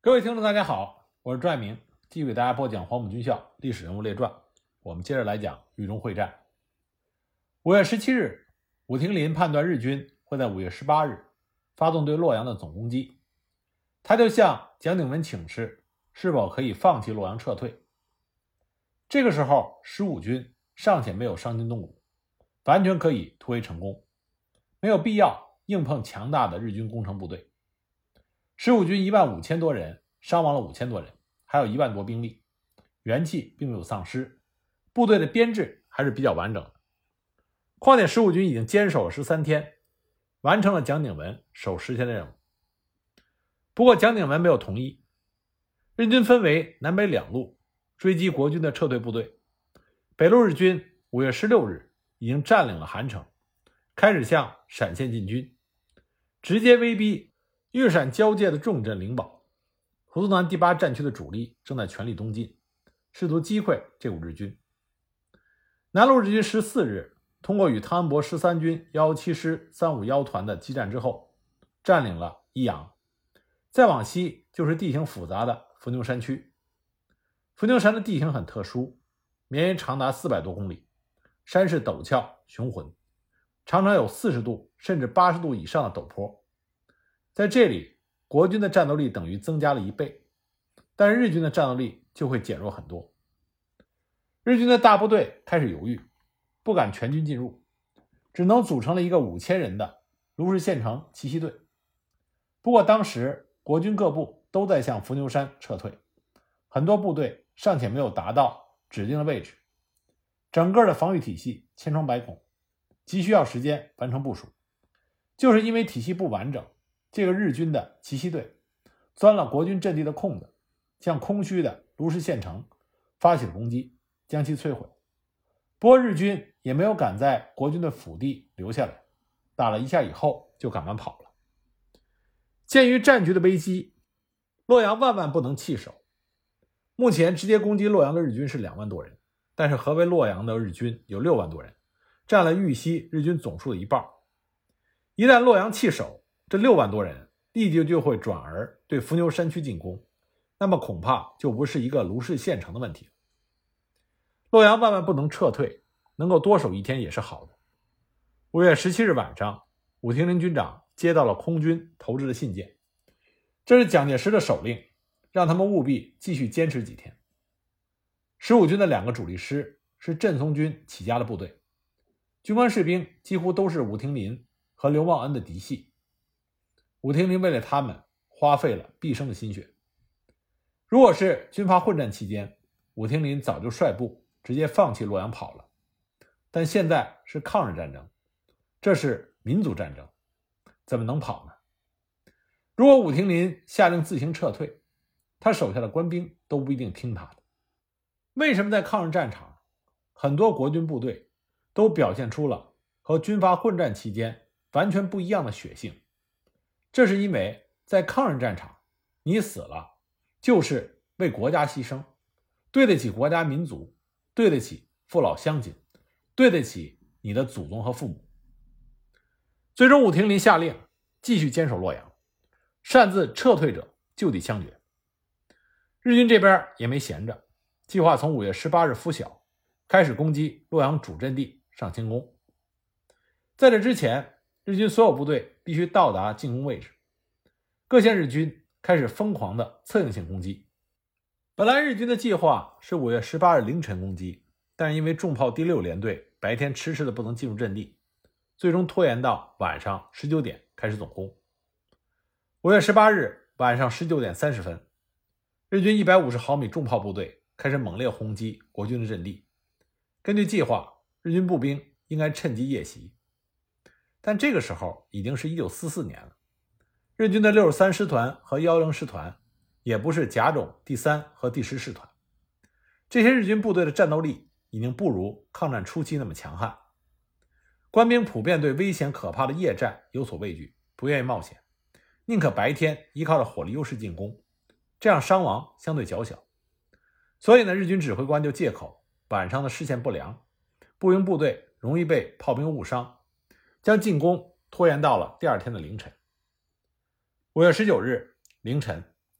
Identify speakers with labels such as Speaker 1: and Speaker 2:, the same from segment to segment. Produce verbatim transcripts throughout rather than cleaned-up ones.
Speaker 1: 各位听众大家好，我是朱爱明，继续给大家播讲黄埔军校历史人物列传。我们接着来讲豫中会战。五月十七日，武亭林判断日军会在五月十八日发动对洛阳的总攻击，他就向蒋鼎文请示是否可以放弃洛阳撤退。这个时候十五军尚且没有伤筋动骨，完全可以突围成功，没有必要硬碰强大的日军攻城部队。十五军一万五千多人，伤亡了五千多人，还有一万多兵力，元气并没有丧失，部队的编制还是比较完整的。况且十五军已经坚守了十三天，完成了蒋鼎文守十天的任务。不过蒋鼎文没有同意，日军分为南北两路追击国军的撤退部队。北路日军五月十六日已经占领了韩城，开始向陕县进军，直接威逼豫陕交界的重镇灵宝。胡宗南第八战区的主力正在全力东进，试图击溃这股日军。南路日军十四日通过与汤恩伯十三军一一七师三五一团的激战之后，占领了宜阳。再往西就是地形复杂的伏牛山区。伏牛山的地形很特殊，绵延长达四百多公里，山势陡峭雄浑，常常有四十度甚至八十度以上的陡坡。在这里，国军的战斗力等于增加了一倍，但是日军的战斗力就会减弱很多。日军的大部队开始犹豫，不敢全军进入，只能组成了一个五千人的卢氏县城奇袭队。不过当时国军各部都在向伏牛山撤退，很多部队尚且没有达到指定的位置，整个的防御体系千疮百孔，急需要时间完成部署。就是因为体系不完整，这个日军的奇袭队钻了国军阵地的空子，向空虚的卢氏县城发起了攻击，将其摧毁。不过日军也没有敢在国军的腹地留下来，打了一下以后就赶忙跑了。鉴于战局的危机，洛阳万万不能弃守。目前直接攻击洛阳的日军是两万多人，但是合围洛阳的日军有六万多人，占了豫西日军总数的一半。一旦洛阳弃守，这六万多人立即就会转而对伏牛山区进攻，那么恐怕就不是一个卢氏县城的问题。洛阳万万不能撤退，能够多守一天也是好的。五月十七日晚上，武亭林军长接到了空军投掷的信件，这是蒋介石的手令，让他们务必继续坚持几天。十五军的两个主力师是振松军起家的部队，军官士兵几乎都是武亭林和刘茂恩的嫡系。武亭林为了他们花费了毕生的心血。如果是军阀混战期间，武亭林早就率部直接放弃洛阳跑了，但现在是抗日战争，这是民族战争，怎么能跑呢？如果武亭林下令自行撤退，他手下的官兵都不一定听他的。为什么在抗日战场，很多国军部队都表现出了和军阀混战期间完全不一样的血性？这是因为在抗日战场，你死了就是为国家牺牲，对得起国家民族，对得起父老乡亲，对得起你的祖宗和父母。最终武亭林下令继续坚守洛阳，擅自撤退者就地枪决。日军这边也没闲着，计划从五月十八日拂晓开始攻击洛阳主阵地上清宫。在这之前，日军所有部队必须到达进攻位置，各线日军开始疯狂的策应性攻击。本来日军的计划是五月十八日凌晨攻击，但是因为重炮第六联队白天迟迟的不能进入阵地，最终拖延到晚上十九点开始总攻。五月十八日晚上十九点三十分，日军一百五十毫米重炮部队开始猛烈轰击国军的阵地。根据计划，日军步兵应该趁机夜袭，但这个时候已经是一九四四年了，日军的六十三师团和一一零师团也不是甲种第三和第十师团，这些日军部队的战斗力已经不如抗战初期那么强悍，官兵普遍对危险可怕的夜战有所畏惧，不愿意冒险，宁可白天依靠着火力优势进攻，这样伤亡相对较小。所以呢，日军指挥官就借口晚上的视线不良，步兵部队容易被炮兵误伤，将进攻拖延到了第二天的凌晨。五月十九日凌晨，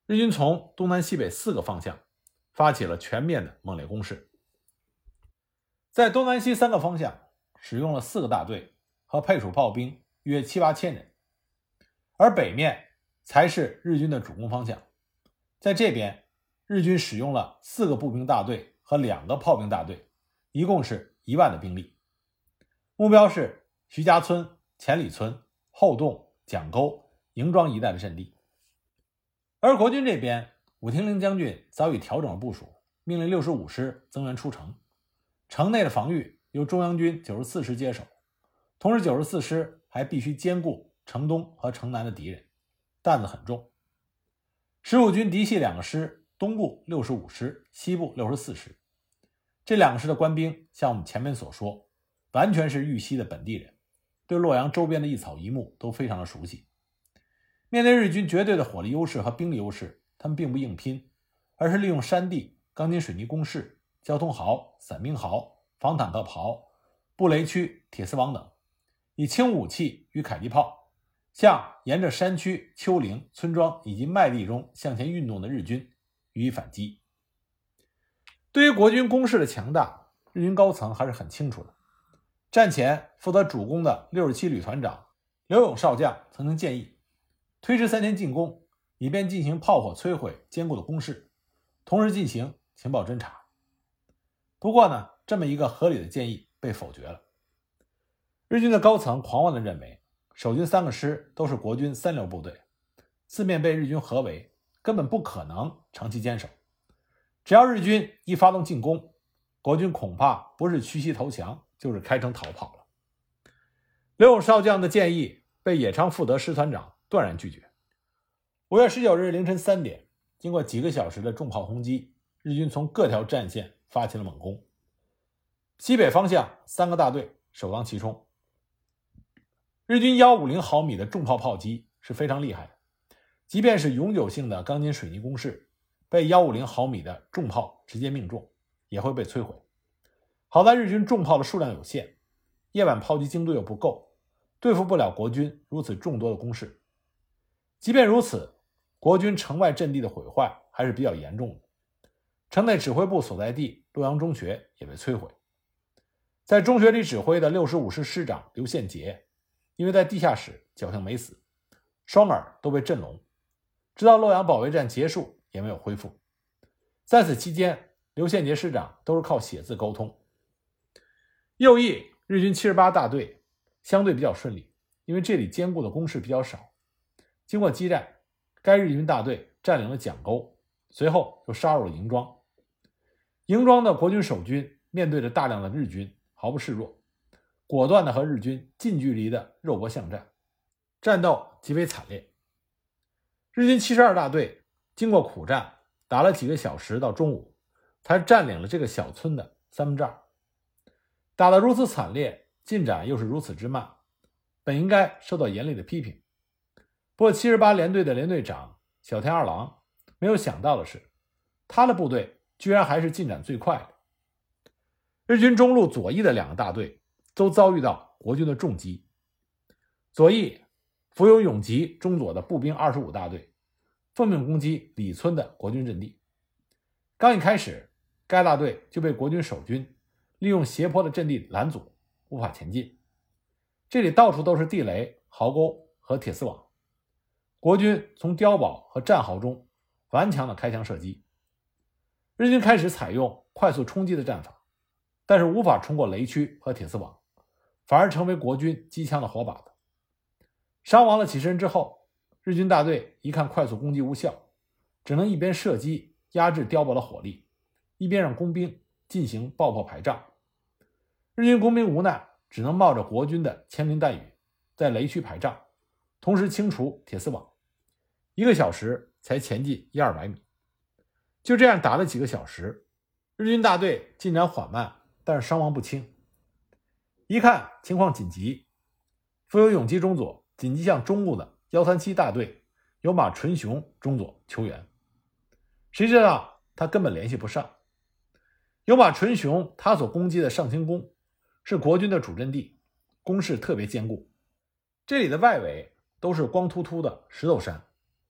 Speaker 1: 日军从东南西北四个方向发起了全面的猛烈攻势。在东南西三个方向使用了四个大队和配属炮兵约七八千人，而北面才是日军的主攻方向。在这边，日军使用了四个步兵大队和两个炮兵大队，一共是一万的兵力。目标是徐家村、前里村、后洞、蒋沟、营庄一带的阵地。而国军这边，武亭陵将军早已调整了部署，命令六十五师增援出城，城内的防御由中央军九十四师接手，同时九十四师还必须兼顾城东和城南的敌人，担子很重。十五军嫡系两个师，东部六十五师，西部六十四师，这两个师的官兵像我们前面所说，完全是豫西的本地人，对洛阳周边的一草一木都非常的熟悉。面对日军绝对的火力优势和兵力优势，他们并不硬拼，而是利用山地、钢筋水泥工事、交通壕、散兵壕、防坦克壕、布雷区、铁丝网等，以轻武器与迫击炮向沿着山区、丘陵、村庄以及麦地中向前运动的日军予以反击。对于国军攻势的强大，日军高层还是很清楚的。战前负责主攻的六十七旅团长刘勇少将曾经建议推迟三天进攻，以便进行炮火摧毁坚固的工事，同时进行情报侦察。不过呢，这么一个合理的建议被否决了。日军的高层狂妄地认为，守军三个师都是国军三流部队，四面被日军合围，根本不可能长期坚守。只要日军一发动进攻，国军恐怕不是屈膝投降，就是开城逃跑了。刘勇少将的建议被野昌富德师团长断然拒绝。五月十九日凌晨三点，经过几个小时的重炮轰击，日军从各条战线发起了猛攻。西北方向三个大队首当其冲。日军一百五十毫米的重炮炮击是非常厉害的，即便是永久性的钢筋水泥工事，被一百五十毫米的重炮直接命中，也会被摧毁。好在日军重炮的数量有限，夜晚炮击精度又不够，对付不了国军如此众多的攻势。即便如此，国军城外阵地的毁坏还是比较严重的，城内指挥部所在地洛阳中学也被摧毁。在中学里指挥的六十五师师长刘宪杰，因为在地下室侥幸没死，双耳都被震聋，直到洛阳保卫战结束也没有恢复。在此期间，刘宪杰师长都是靠写字沟通。右翼日军七十八大队相对比较顺利，因为这里坚固的工事比较少。经过激战，该日军大队占领了蒋沟，随后又杀入了营庄。营庄的国军守军面对着大量的日军，毫不示弱，果断地和日军近距离的肉搏巷战，战斗极为惨烈。日军七十二大队经过苦战，打了几个小时到中午，才占领了这个小村的三分之二。打得如此惨烈，进展又是如此之慢，本应该受到严厉的批评。不过七十八联队的联队长小田二郎没有想到的是，他的部队居然还是进展最快的。日军中路左翼的两个大队都遭遇到国军的重击。左翼福有永吉中佐的步兵二十五大队奉命攻击李村的国军阵地。刚一开始，该大队就被国军守军利用斜坡的阵地拦阻，无法前进。这里到处都是地雷、壕沟和铁丝网，国军从碉堡和战壕中顽强地开枪射击。日军开始采用快速冲击的战法，但是无法冲过雷区和铁丝网，反而成为国军机枪的活靶子。伤亡了几十人之后，日军大队一看快速攻击无效，只能一边射击压制碉堡的火力，一边让工兵进行爆破排障。日军工兵无奈，只能冒着国军的枪林弹雨在雷区排障，同时清除铁丝网，一个小时才前进一二百米。就这样打了几个小时，日军大队进展缓慢，但是伤亡不轻。一看情况紧急，福有永吉中佐紧急向中路的一三七大队有马纯雄中佐求援，谁知道他根本联系不上。有马纯雄他所攻击的上清宫是国军的主阵地，工事特别坚固，这里的外围都是光秃秃的石头山，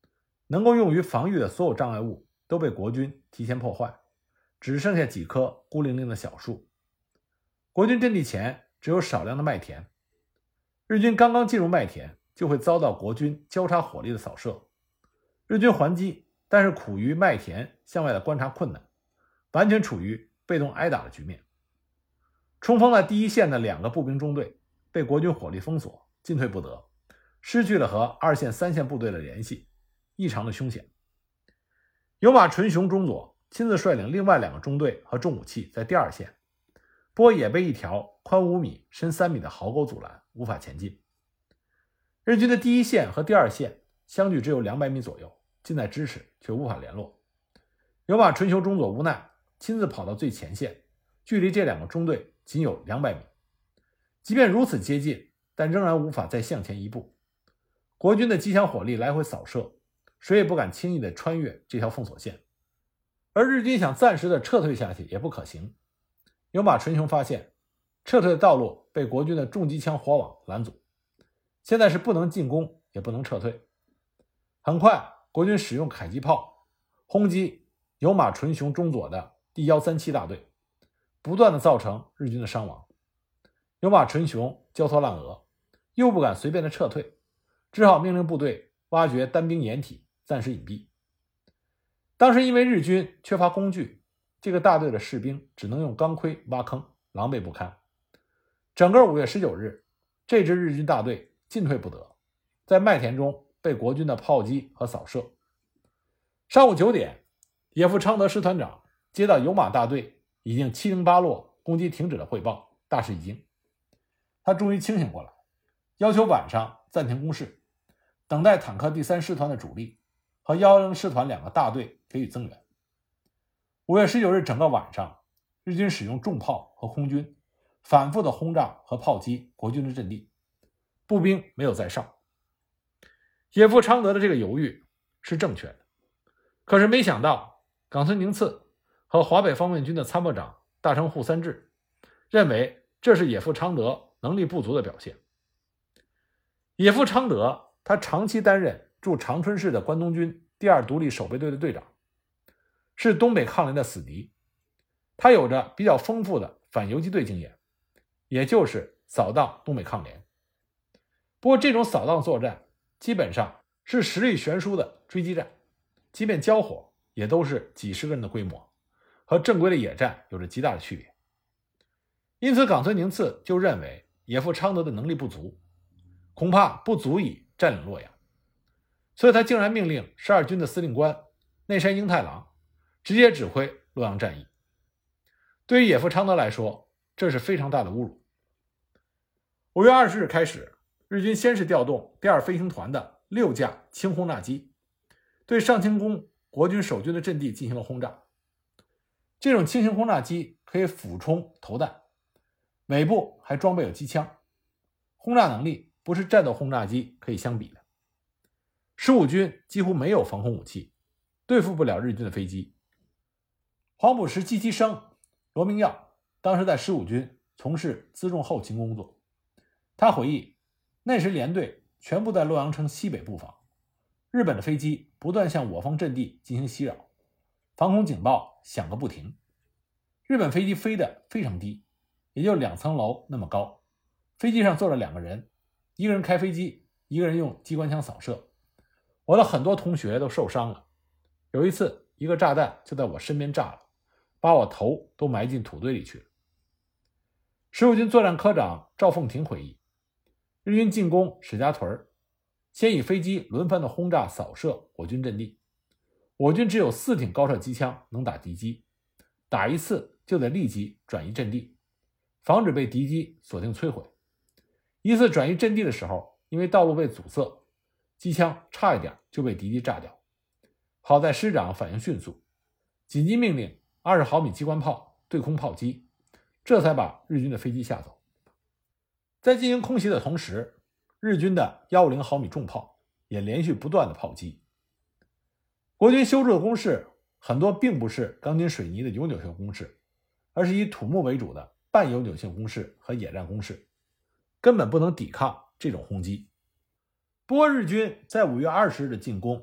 Speaker 1: 能够用于防御的所有障碍物都被国军提前破坏，只剩下几棵孤零零的小树。国军阵地前只有少量的麦田，日军刚刚进入麦田，就会遭到国军交叉火力的扫射。日军还击，但是苦于麦田向外的观察困难，完全处于被动挨打的局面。冲锋在第一线的两个步兵中队被国军火力封锁，进退不得，失去了和二线、三线部队的联系，异常的凶险。有马纯雄中佐亲自率领另外两个中队和重武器在第二线，不过也被一条宽五米、深三米的壕沟阻拦，无法前进。日军的第一线和第二线相距只有两百米左右，近在咫尺，却无法联络。有马纯雄中佐无奈，亲自跑到最前线，距离这两个中队仅有两百米。即便如此接近，但仍然无法再向前一步。国军的机枪火力来回扫射，谁也不敢轻易地穿越这条封锁线。而日军想暂时的撤退下去也不可行。有马纯雄发现，撤退的道路被国军的重机枪火网拦阻，现在是不能进攻，也不能撤退。很快，国军使用迫击炮轰击有马纯雄中佐的第一三七大队，不断的造成日军的伤亡。有马纯雄焦头烂额，又不敢随便的撤退，只好命令部队挖掘单兵掩体，暂时隐蔽。当时因为日军缺乏工具，这个大队的士兵只能用钢盔挖坑，狼狈不堪。整个五月十九日，这支日军大队进退不得，在麦田中被国军的炮击和扫射。上午九点，野夫昌德师团长接到有马大队已经七零八落，攻击停止的汇报，大吃一惊。他终于清醒过来，要求晚上暂停攻势，等待坦克第三师团的主力和一一零师团两个大队给予增援。五月十九日整个晚上，日军使用重炮和空军反复的轰炸和炮击国军的阵地，步兵没有再上。野夫昌德的这个犹豫是正确的，可是没想到冈村宁次和华北方面军的参谋长大城户三治认为这是野夫昌德能力不足的表现。野夫昌德他长期担任驻长春市的关东军第二独立守备队的队长，是东北抗联的死敌，他有着比较丰富的反游击队经验，也就是扫荡东北抗联。不过这种扫荡作战基本上是实力悬殊的追击战，即便交火也都是几十个人的规模，和正规的野战有着极大的区别。因此冈村宁次就认为野夫昌德的能力不足，恐怕不足以占领洛阳，所以他竟然命令十二军的司令官内山英太郎直接指挥洛阳战役。对于野夫昌德来说，这是非常大的侮辱。五月二十日开始，日军先是调动第二飞行团的六架轻轰炸机，对上清宫国军守军的阵地进行了轰炸。这种轻型轰炸机可以俯冲投弹，尾部还装备有机枪，轰炸能力不是战斗轰炸机可以相比的。十五军几乎没有防空武器，对付不了日军的飞机。黄埔时机机生罗明耀当时在十五军从事辎重后勤工作，他回忆，那时连队全部在洛阳城西北布防，日本的飞机不断向我方阵地进行袭扰，防空警报响个不停。日本飞机飞得非常低，也就两层楼那么高，飞机上坐着两个人，一个人开飞机，一个人用机关枪扫射。我的很多同学都受伤了，有一次一个炸弹就在我身边炸了，把我头都埋进土堆里去了。十五军作战科长赵凤亭回忆，日军进攻史家屯，先以飞机轮番的轰炸扫射我军阵地，我军只有四挺高射机枪能打敌机，打一次就得立即转移阵地，防止被敌机锁定摧毁。一次转移阵地的时候，因为道路被阻塞，机枪差一点就被敌机炸掉，好在师长反应迅速，紧急命令二十毫米机关炮对空炮击，这才把日军的飞机吓走。在进行空袭的同时，日军的一五零毫米重炮也连续不断的炮击。国军修筑的工事很多并不是钢筋水泥的永久性工事，而是以土木为主的半永久性工事和野战工事，根本不能抵抗这种轰击。不过日军在五月二十日的进攻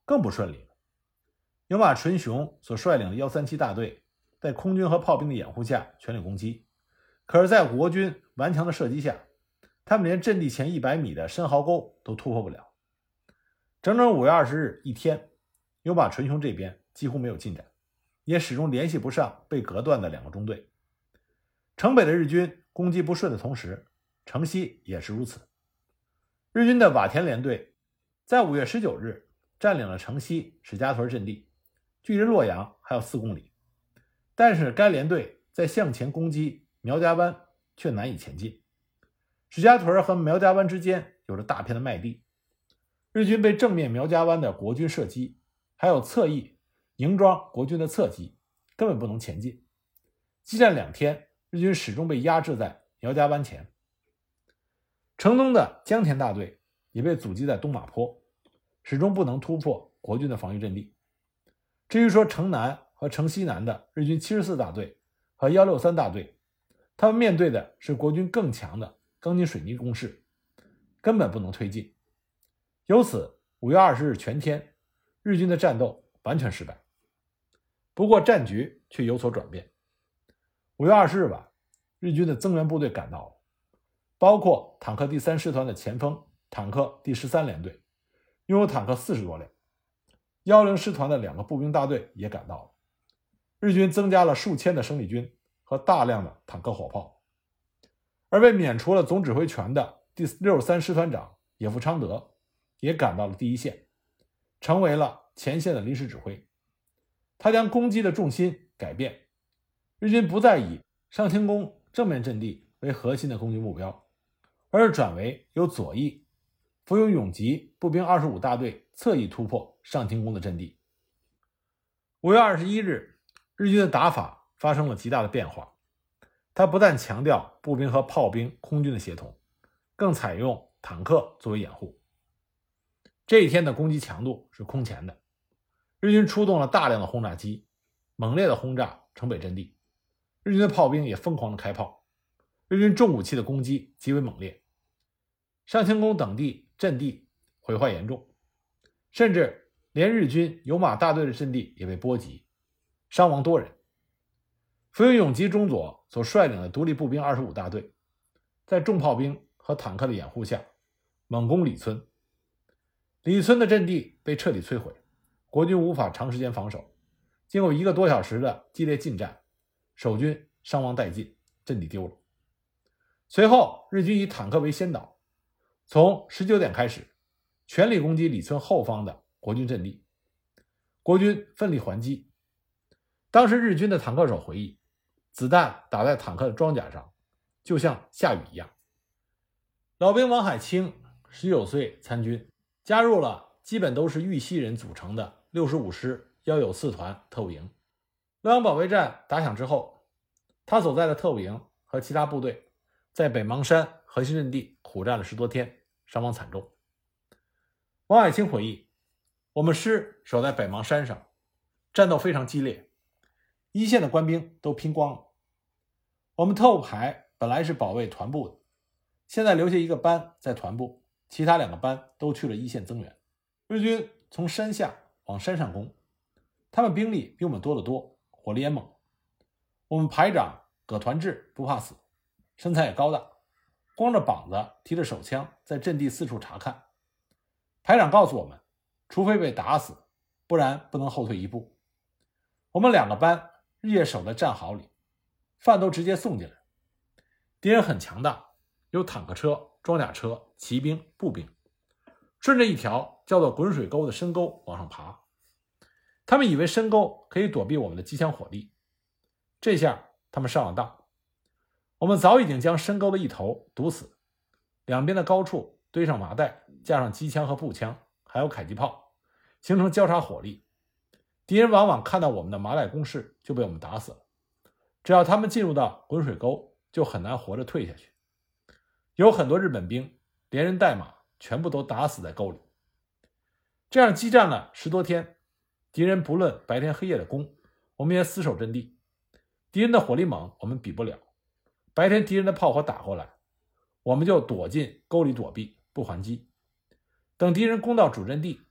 Speaker 1: 更不顺利了。有马纯雄所率领的一三七大队在空军和炮兵的掩护下全力攻击，可是在国军顽强的射击下，他们连阵地前一百米的深壕沟都突破不了。整整五月二十日一天，有马纯雄这边几乎没有进展，也始终联系不上被隔断的两个中队。城北的日军攻击不顺的同时，城西也是如此。日军的瓦田联队在五月十九日占领了城西史家屯阵地，距离洛阳还有四公里，但是该联队在向前攻击苗家湾却难以前进。史家屯和苗家湾之间有着大片的麦地，日军被正面苗家湾的国军射击，还有侧翼营庄国军的侧击，根本不能前进。激战两天，日军始终被压制在苗家湾前。城东的江田大队也被阻击在东马坡，始终不能突破国军的防御阵地。至于说城南和城西南的日军七十四大队和一六三大队，他们面对的是国军更强的钢筋水泥攻势，根本不能推进。由此五月二十日全天，日军的战斗完全失败。不过战局却有所转变。五月二十日晚，日军的增援部队赶到了，包括坦克第三师团的前锋坦克第十三联队，拥有坦克四十多辆，一零师团的两个步兵大队也赶到了。日军增加了数千的生力军和大量的坦克火炮，而被免除了总指挥权的第六十三师团长野夫昌德也赶到了第一线，成为了前线的临时指挥。他将攻击的重心改变，日军不再以上清宫正面阵地为核心的攻击目标，而是转为由左翼伏勇永吉步兵二十五大队侧翼突破上清宫的阵地。五月二十一日，日军的打法发生了极大的变化，他不但强调步兵和炮兵空军的协同，更采用坦克作为掩护。这一天的攻击强度是空前的，日军出动了大量的轰炸机，猛烈的轰炸城北阵地，日军的炮兵也疯狂的开炮，日军重武器的攻击极为猛烈，上清宫等地阵地毁坏严重，甚至连日军有马大队的阵地也被波及，伤亡多人。伏勇永吉中佐所率领的独立步兵二十五大队在重炮兵和坦克的掩护下猛攻李村，李村的阵地被彻底摧毁，国军无法长时间防守，经过一个多小时的激烈进战，守军伤亡殆尽，阵地丢了。随后日军以坦克为先导，从十九点开始全力攻击李村后方的国军阵地，国军奋力还击。当时日军的坦克手回忆，子弹打在坦克的装甲上就像下雨一样。老兵王海清十九岁参军，加入了基本都是豫西人组成的六十五师一一四团特务营。洛阳保卫战打响之后，他所在的特务营和其他部队在北邙山核心阵地苦战了十多天，伤亡惨重。王海清回忆，我们师守在北邙山上，战斗非常激烈，一线的官兵都拼光了。我们特务排本来是保卫团部的，现在留下一个班在团部，其他两个班都去了一线增援。日军从山下往山上攻，他们兵力比我们多得多，火力也猛。我们排长葛团志不怕死，身材也高大，光着膀子提着手枪在阵地四处查看。排长告诉我们，除非被打死，不然不能后退一步。我们两个班日夜守在战壕里，饭都直接送进来。敌人很强大，有坦克车、装甲车、骑兵、步兵，顺着一条叫做滚水沟的深沟往上爬。他们以为深沟可以躲避我们的机枪火力，这下他们上了当。我们早已经将深沟的一头堵死，两边的高处堆上麻袋，架上机枪和步枪，还有迫击炮，形成交叉火力。敌人往往看到我们的麻袋攻势就被我们打死了，只要他们进入到滚水沟，就很难活着退下去。有很多日本兵连人带马全部都打死在沟里。这样激战了十多天，敌人不论白天黑夜的攻，我们也死守阵地。敌人的火力猛，我们比不了。白天敌人的炮火打过来，我们就躲进沟里躲避，不还击。等敌人攻到主阵地，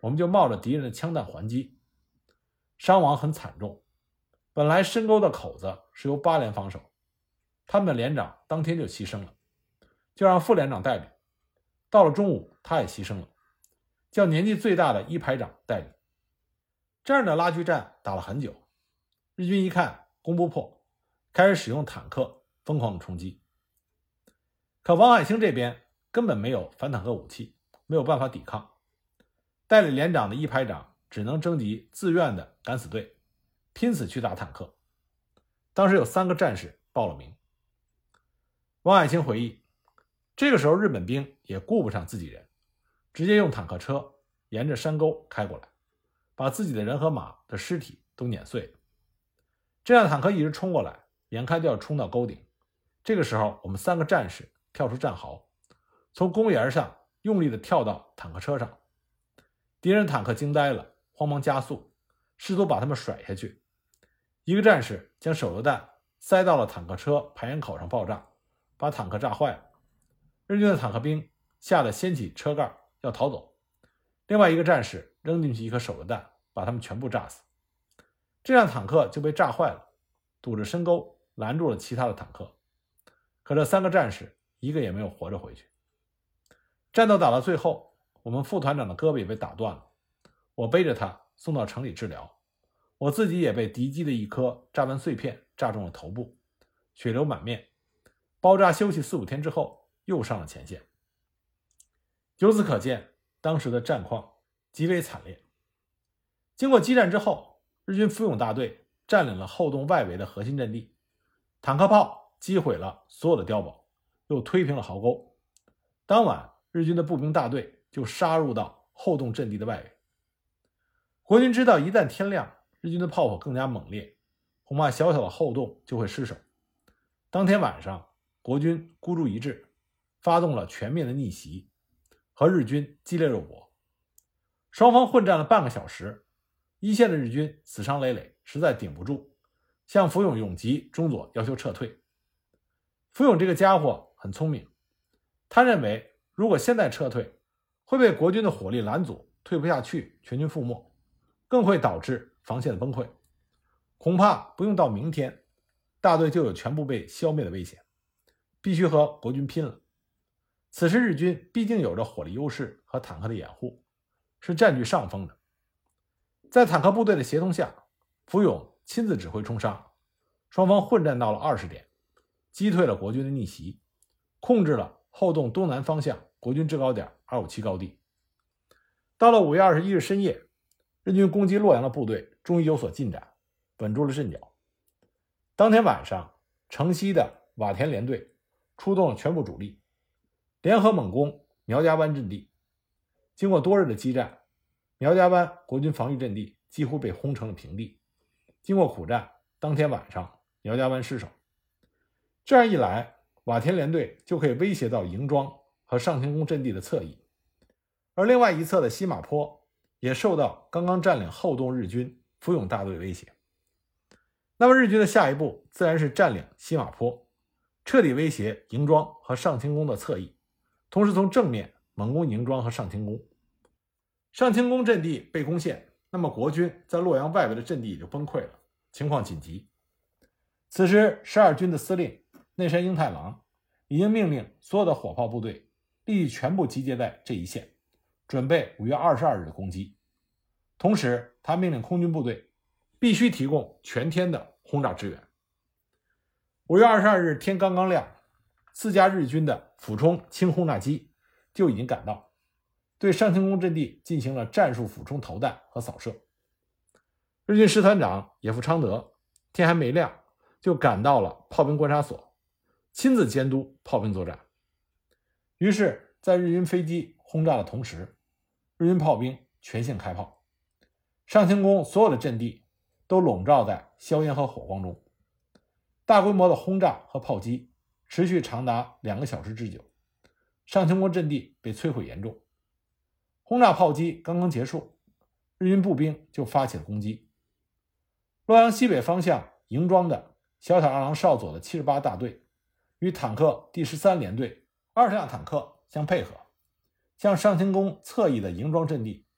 Speaker 1: 我们就冒着敌人的枪弹还击，伤亡很惨重。本来深沟的口子是由八连防守，他们的连长当天就牺牲了，就让副连长带领。到了中午，他也牺牲了，叫年纪最大的一排长带领。这样的拉锯战打了很久，日军一看攻不破，开始使用坦克疯狂的冲击。可王海清这边根本没有反坦克武器，没有办法抵抗，代理连长的一排长只能征集自愿的敢死队，拼死去打坦克。当时有三个战士报了名。王海清回忆，这个时候日本兵也顾不上自己人，直接用坦克车沿着山沟开过来，把自己的人和马的尸体都碾碎了。这辆坦克一直冲过来，眼看就要冲到沟顶。这个时候我们三个战士跳出战壕，从公园上用力地跳到坦克车上。敌人坦克惊呆了，慌忙加速，试图把他们甩下去。一个战士将手榴弹塞到了坦克车排烟口上爆炸，把坦克炸坏了。日军的坦克兵吓得掀起车盖要逃走，另外一个战士扔进去一颗手榴弹，把他们全部炸死。这辆坦克就被炸坏了，堵着深沟，拦住了其他的坦克。可这三个战士一个也没有活着回去。战斗打到最后，我们副团长的胳膊也被打断了，我背着他送到城里治疗，我自己也被敌机的一颗炸弹碎片炸中了头部，血流满面。包扎休息四五天之后，又上了前线。由此可见，当时的战况极为惨烈。经过激战之后，日军福永大队占领了后洞外围的核心阵地，坦克炮击毁了所有的碉堡，又推平了壕沟。当晚，日军的步兵大队就杀入到后洞阵地的外围。国军知道一旦天亮，日军的炮火更加猛烈，恐怕小小的后洞就会失守。当天晚上，国军孤注一掷，发动了全面的逆袭，和日军激烈肉搏。双方混战了半个小时，一线的日军死伤累累，实在顶不住，向福永永吉中佐要求撤退。福永这个家伙很聪明，他认为如果现在撤退，会被国军的火力拦阻，退不下去，全军覆没，更会导致防线的崩溃。恐怕不用到明天，大队就有全部被消灭的危险，必须和国军拼了。此时日军毕竟有着火力优势和坦克的掩护，是占据上风的。在坦克部队的协同下，福永亲自指挥冲杀，双方混战到了二十点，击退了国军的逆袭，控制了后洞东南方向国军制高点二五七高地。到了五月二十一日深夜，日军攻击洛阳的部队终于有所进展，稳住了阵脚。当天晚上，城西的瓦田联队出动了全部主力，联合猛攻苗家湾阵地。经过多日的激战，苗家湾国军防御阵地几乎被轰成了平地。经过苦战，当天晚上苗家湾失守。这样一来，瓦田联队就可以威胁到营庄和上清宫阵地的侧翼，而另外一侧的西马坡也受到刚刚占领后洞日军福永大队威胁。那么日军的下一步自然是占领西马坡，彻底威胁营庄和上清宫的侧翼，同时从正面猛攻营庄和上清宫。上清宫阵地被攻陷，那么国军在洛阳外围的阵地也就崩溃了，情况紧急。此时十二军的司令内山英太郎已经命令所有的火炮部队立即全部集结在这一线，准备五月二十二日的攻击。同时他命令空军部队必须提供全天的轰炸支援。五月二十二日天刚刚亮，四架日军的俯冲轻轰炸机就已经赶到，对上清宫阵地进行了战术俯冲投弹和扫射。日军师团长野付昌德天还没亮就赶到了炮兵观察所，亲自监督炮兵作战。于是在日军飞机轰炸的同时，日军炮兵全线开炮，上清宫所有的阵地都笼罩在硝烟和火光中。大规模的轰炸和炮击持续长达两个小时之久，上清宫阵地被摧毁严重。轰炸炮击刚刚结束，日军步兵就发起了攻击。洛阳西北方向营庄的小小二郎少佐的七十八大队与坦克第十三联队二十辆坦克相配合，向上清宫侧翼的营庄阵地发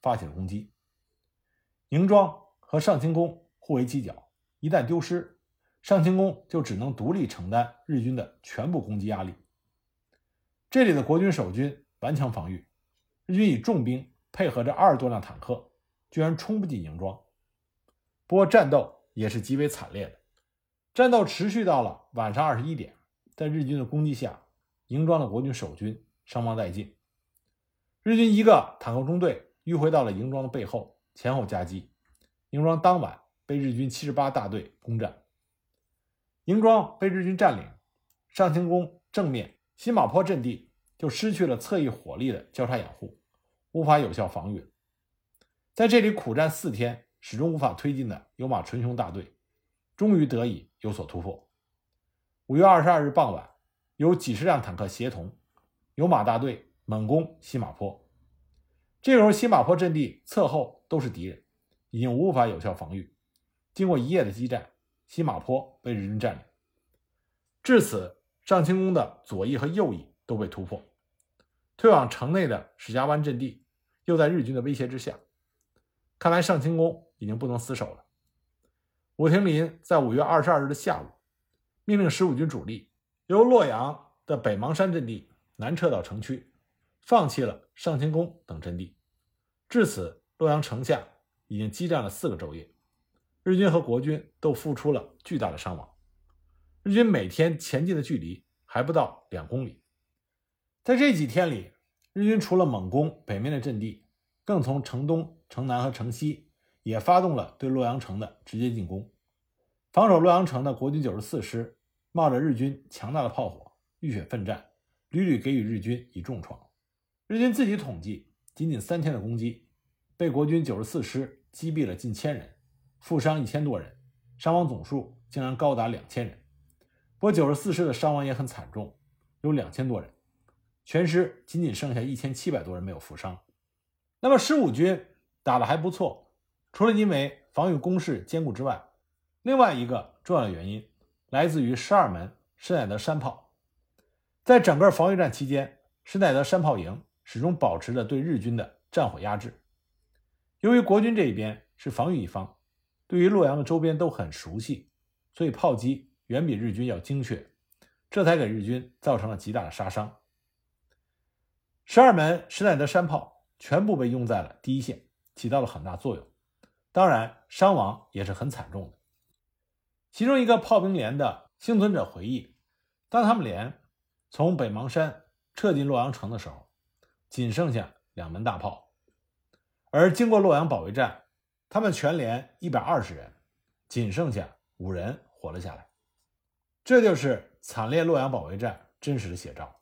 Speaker 1: 发起了攻击。营庄和上清宫互为犄角，一旦丢失，上清宫就只能独立承担日军的全部攻击压力。这里的国军守军顽强防御，日军以重兵配合着二十多辆坦克，居然冲不进营庄。不过战斗也是极为惨烈的，战斗持续到了晚上二十一点，在日军的攻击下，营庄的国军守军伤亡殆尽。日军一个坦克中队迂回到了营庄的背后，前后夹击，营庄当晚被日军七十八大队攻占。营庄被日军占领，上清宫正面新马坡阵地就失去了侧翼火力的交叉掩护，无法有效防御。在这里苦战四天，始终无法推进的有马纯雄大队终于得以有所突破。五月二十二日傍晚，有几十辆坦克协同，有马大队猛攻西马坡。这时候西马坡阵地侧后都是敌人，已经无法有效防御。经过一夜的激战，西马坡被日军占领。至此，上清宫的左翼和右翼都被突破，退往城内的史家湾阵地又在日军的威胁之下。看来上清宫已经不能死守了。武亭林在五月二十二日的下午，命令十五军主力由洛阳的北邙山阵地南撤到城区，放弃了上清宫等阵地。至此，洛阳城下已经激战了四个昼夜，日军和国军都付出了巨大的伤亡。日军每天前进的距离还不到两公里。在这几天里，日军除了猛攻北面的阵地，更从城东、城南和城西也发动了对洛阳城的直接进攻。防守洛阳城的国军九十四师冒着日军强大的炮火，浴血奋战，屡屡给予日军以重创。日军自己统计，仅仅三天的攻击，被国军九十四师击毙了近千人，负伤一千多人，伤亡总数竟然高达两千人。不过九十四师的伤亡也很惨重，有两千多人，全师仅仅剩下一千七百多人没有负伤。那么十五军打得还不错，除了因为防御工事坚固之外，另外一个重要的原因来自于十二门施耐德山炮。在整个防御战期间，施耐德山炮营始终保持着对日军的战火压制。由于国军这一边是防御一方，对于洛阳的周边都很熟悉，所以炮击远比日军要精确，这才给日军造成了极大的杀伤。十二门施耐德山炮全部被用在了第一线，起到了很大作用，当然伤亡也是很惨重的。其中一个炮兵连的幸存者回忆，当他们连从北邙山撤进洛阳城的时候，仅剩下两门大炮，而经过洛阳保卫战，他们全连一百二十人，仅剩下五人活了下来。这就是惨烈洛阳保卫战真实的写照。